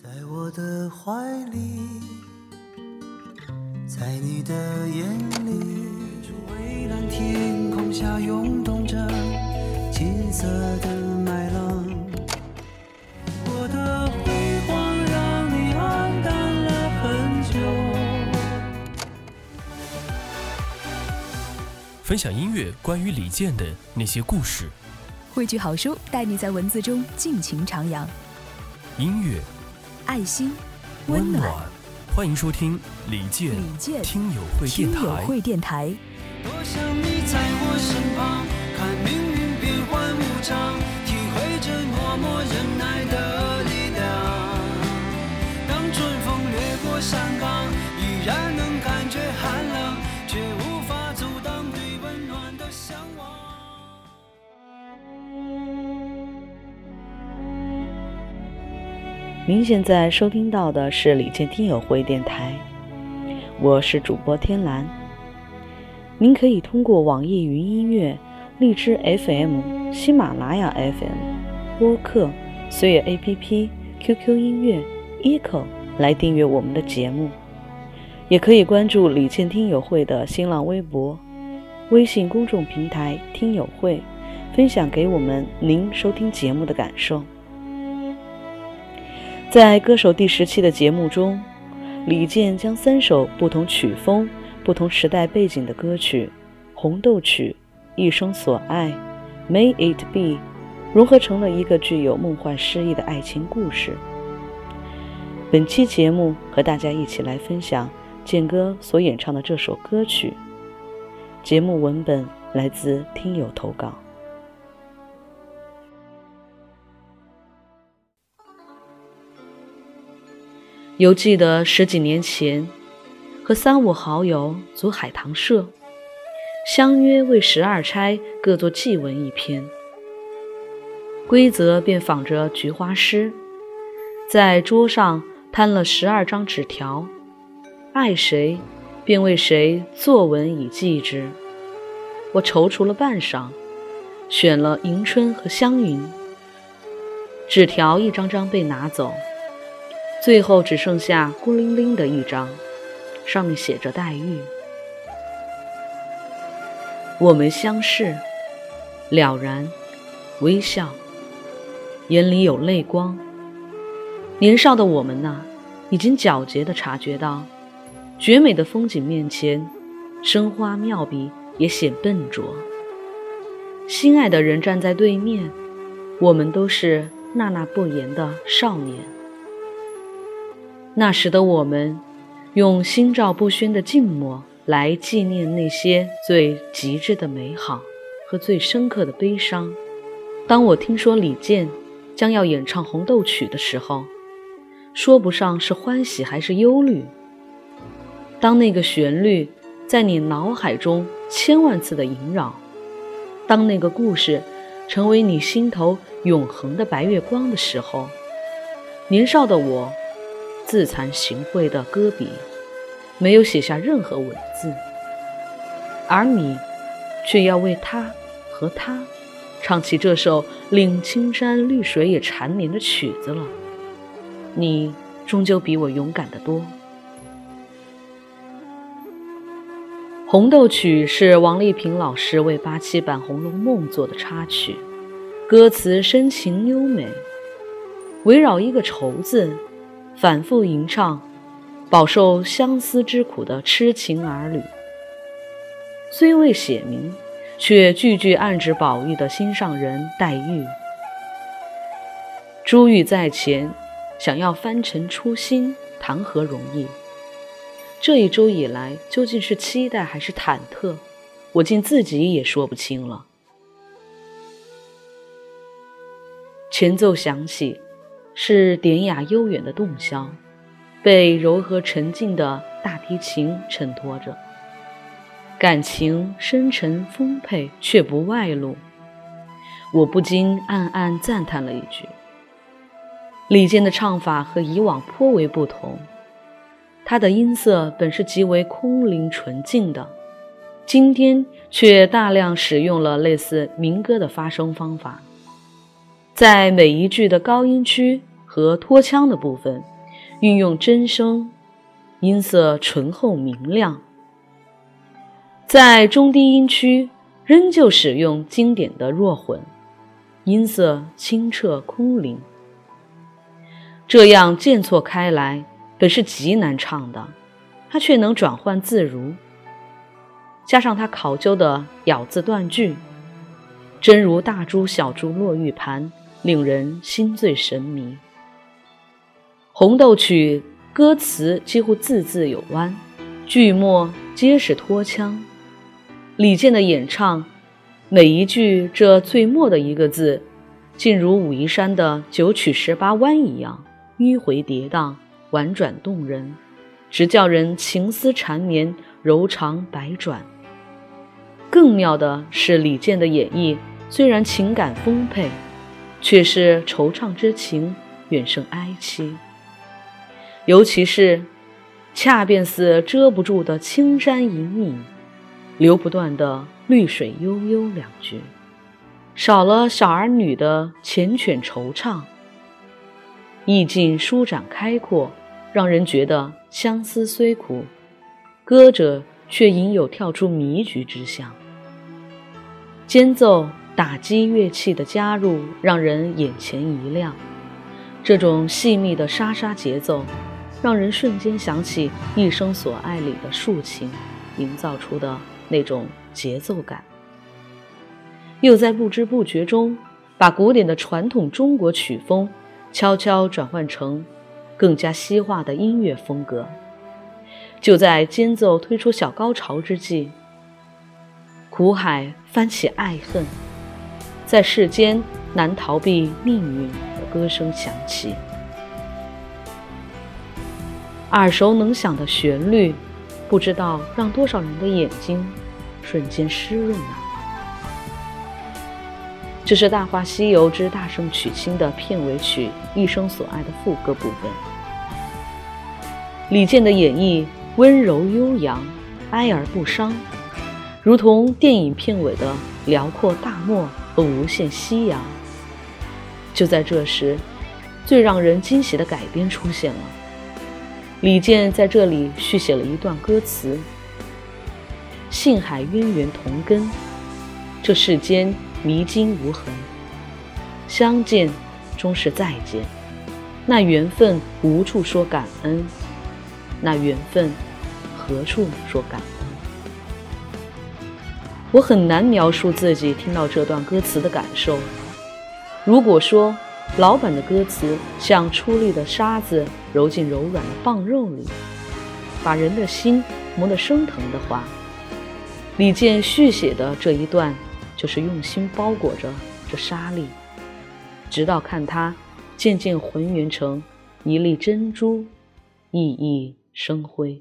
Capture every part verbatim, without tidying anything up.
在我的怀里，在你的眼里，蔚蓝天空下涌动着金色的麦浪，我的辉煌让你黯淡了很久。 分享音乐关于李健的那些故事， 汇聚好书，带你在文字中尽情徜徉。 音乐爱心温暖，欢迎收听李健李健听友会电台。 听友会电台。 多想你在我身旁，看命运变幻无常，体会着默默忍耐的力量。当春风掠过山岗，依然能感觉寒冷，却无法阻挡对温暖的向往。 您现在收听到的是李健听友会电台，我是主播天蓝。您可以通过网易云音乐、荔枝 F M、喜马拉雅 F M、播客、随月 A P P、Q Q 音乐、Echo 来订阅我们的节目，也可以关注李健听友会的新浪微博、微信公众平台听友会，分享给我们您收听节目的感受。在歌手第十期的节目中，李健将三首不同曲风、不同时代背景的歌曲《红豆曲》、《一生所爱》、《May It Be》融合成了一个具有梦幻诗意的爱情故事。本期节目和大家一起来分享健哥所演唱的这首歌曲。节目文本来自听友投稿。犹记得十几年前，和三五好友组海棠社，相约为十二钗各作祭文一篇。规则便仿着菊花诗，在桌上摊了十二张纸条，爱谁便为谁作文以记之。我踌躇了半晌，选了迎春和湘云。纸条一张张被拿走，最后只剩下孤零零的一张，上面写着黛玉。我们相视了然，微笑，眼里有泪光。年少的我们呢，已经皎洁地察觉到，绝美的风景面前，生花妙笔也显笨拙。心爱的人站在对面，我们都是纳纳不言的少年。那时的我们，用心照不宣的静默来纪念那些最极致的美好和最深刻的悲伤。当我听说李健将要演唱《红豆曲》的时候，说不上是欢喜还是忧虑。当那个旋律在你脑海中千万次的萦绕，当那个故事成为你心头永恒的白月光的时候，年少的我自惭形秽的搁笔，没有写下任何文字，而你却要为他和他唱起这首令青山绿水也缠绵的曲子了。你终究比我勇敢得多。《红豆曲》是王丽萍老师为八七版《红楼梦》做的插曲，歌词深情优美，围绕一个愁字反复吟唱饱受相思之苦的痴情儿女，虽未写明，却句句暗指宝玉的心上人黛玉。珠玉在前，想要翻陈出新，谈何容易？这一周以来，究竟是期待还是忐忑，我竟自己也说不清了。前奏响起，是典雅悠远的洞箫，被柔和沉静的大提琴衬托着，感情深沉丰沛，却不外露。我不禁暗暗赞叹了一句，李健的唱法和以往颇为不同，他的音色本是极为空灵纯净的，今天却大量使用了类似民歌的发声方法，在每一句的高音区和拖腔的部分运用真声，音色醇厚明亮。在中低音区仍旧使用经典的弱混，音色清澈空灵。这样渐错开来本是极难唱的，他却能转换自如，加上他考究的咬字断句，真如大珠小珠落玉盘，令人心醉神迷。红豆曲歌词几乎字字有弯，句末皆是拖腔。李健的演唱，每一句这最末的一个字，竟如武夷山的九曲十八弯一样，迂回跌宕，婉转动人，直叫人情思缠绵，柔肠百转。更妙的是李健的演绎，虽然情感丰沛，却是惆怅之情远胜哀戚。尤其是恰便似遮不住的青山隐隐，流不断的绿水悠悠两句，少了小儿女的缱绻惆怅，意境舒展开阔，让人觉得相思虽苦，歌者却隐有跳出迷局之象。间奏打击乐器的加入，让人眼前一亮。这种细密的沙沙节奏，让人瞬间想起《一生所爱》里的抒情营造出的那种节奏感，又在不知不觉中把古典的传统中国曲风悄悄转换成更加西化的音乐风格。就在间奏推出小高潮之际，苦海翻起爱恨，在世间难逃避命运的歌声响起。耳熟能详的旋律，不知道让多少人的眼睛瞬间湿润了。这是《大话西游之大圣娶亲》的片尾曲《一生所爱》的副歌部分。李健的演绎温柔悠扬，哀而不伤，如同电影片尾的辽阔大漠和无限夕阳。就在这时，最让人惊喜的改编出现了。李健在这里续写了一段歌词：信海渊源同根，这世间迷津无痕，相见终是再见，那缘分无处说感恩，那缘分何处说感恩。我很难描述自己听到这段歌词的感受。如果说老版的歌词像出力的沙子揉进柔软的棒肉里，把人的心磨得生疼的话，李健续写的这一段就是用心包裹着这沙粒，直到看它渐渐浑圆成一粒珍珠，熠熠生辉。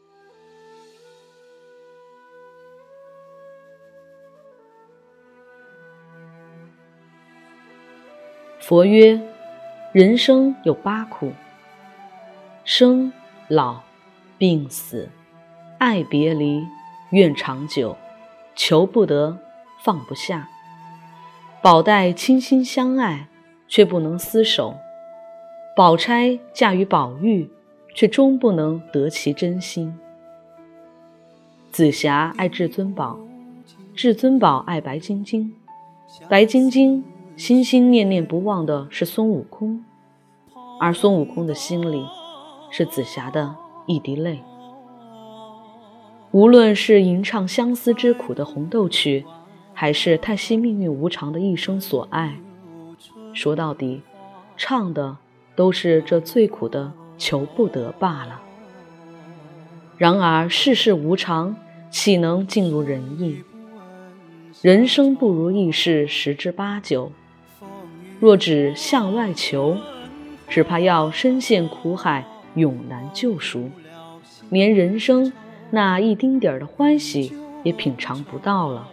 佛曰：人生有八苦，生老病死，爱别离，怨长久，求不得，放不下。宝黛倾心相爱，却不能厮守；宝钗嫁于宝玉，却终不能得其真心。紫霞爱至尊宝，至尊宝爱白晶晶，白晶晶心心念念不忘的是孙悟空，而孙悟空的心里是紫霞的一滴泪。无论是吟唱相思之苦的红豆曲，还是叹息命运无常的一生所爱，说到底唱的都是这最苦的求不得罢了。然而世事无常，岂能尽如人意？人生不如意事十之八九，若只向外求，只怕要深陷苦海，永难救赎，连人生那一丁点儿的欢喜也品尝不到了。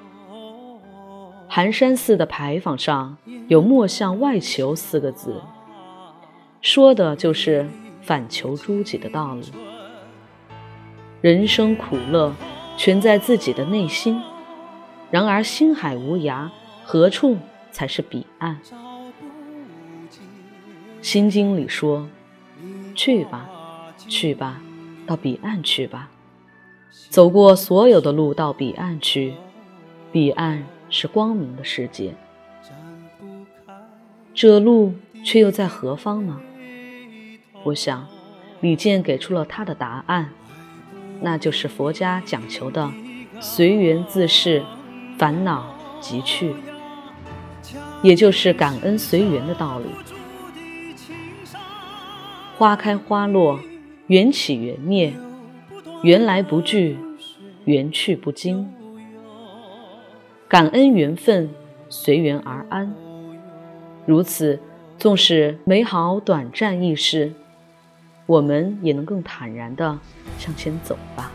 寒山寺的牌坊上有莫向外求四个字，说的就是反求诸己的道理。人生苦乐全在自己的内心，然而心海无涯，何处才是彼岸？心经里说， 去吧，去吧，到彼岸去吧，走过所有的路到彼岸去，彼岸是光明的世界。这路却又在何方呢？我想李健给出了他的答案，那就是佛家讲求的随缘自适，烦恼即去，也就是感恩随缘的道理。花开花落，缘起缘灭，缘来不惧，缘去不惊。感恩缘分，随缘而安。如此，纵使美好短暂易逝，我们也能更坦然地向前走吧。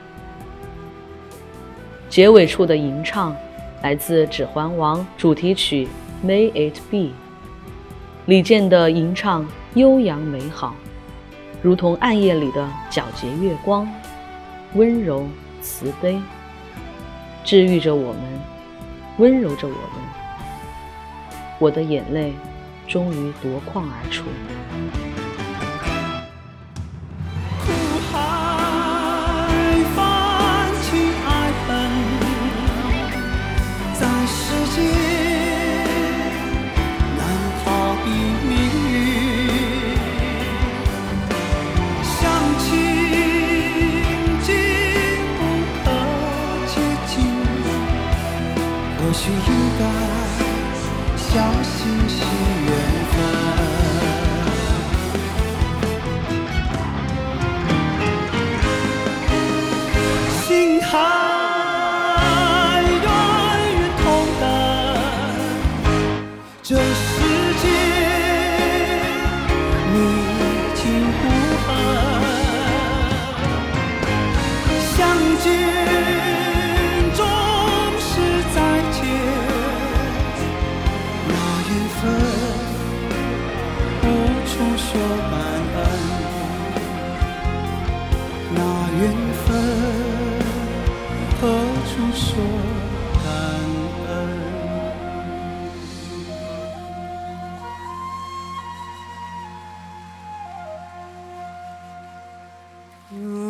结尾处的吟唱来自《指环王》主题曲 May It Be。 李健的吟唱悠扬美好，如同暗夜里的皎洁月光，温柔慈悲，治愈着我们，温柔着我们。我的眼泪终于夺眶而出。 苦海翻起爱恨，在世界难逃避命运，相亲近不可接近，或许应该小心是缘分。心海远远同等，这世界你情无痕，相见总是再见，无处说感恩，那缘分何处说感恩。嗯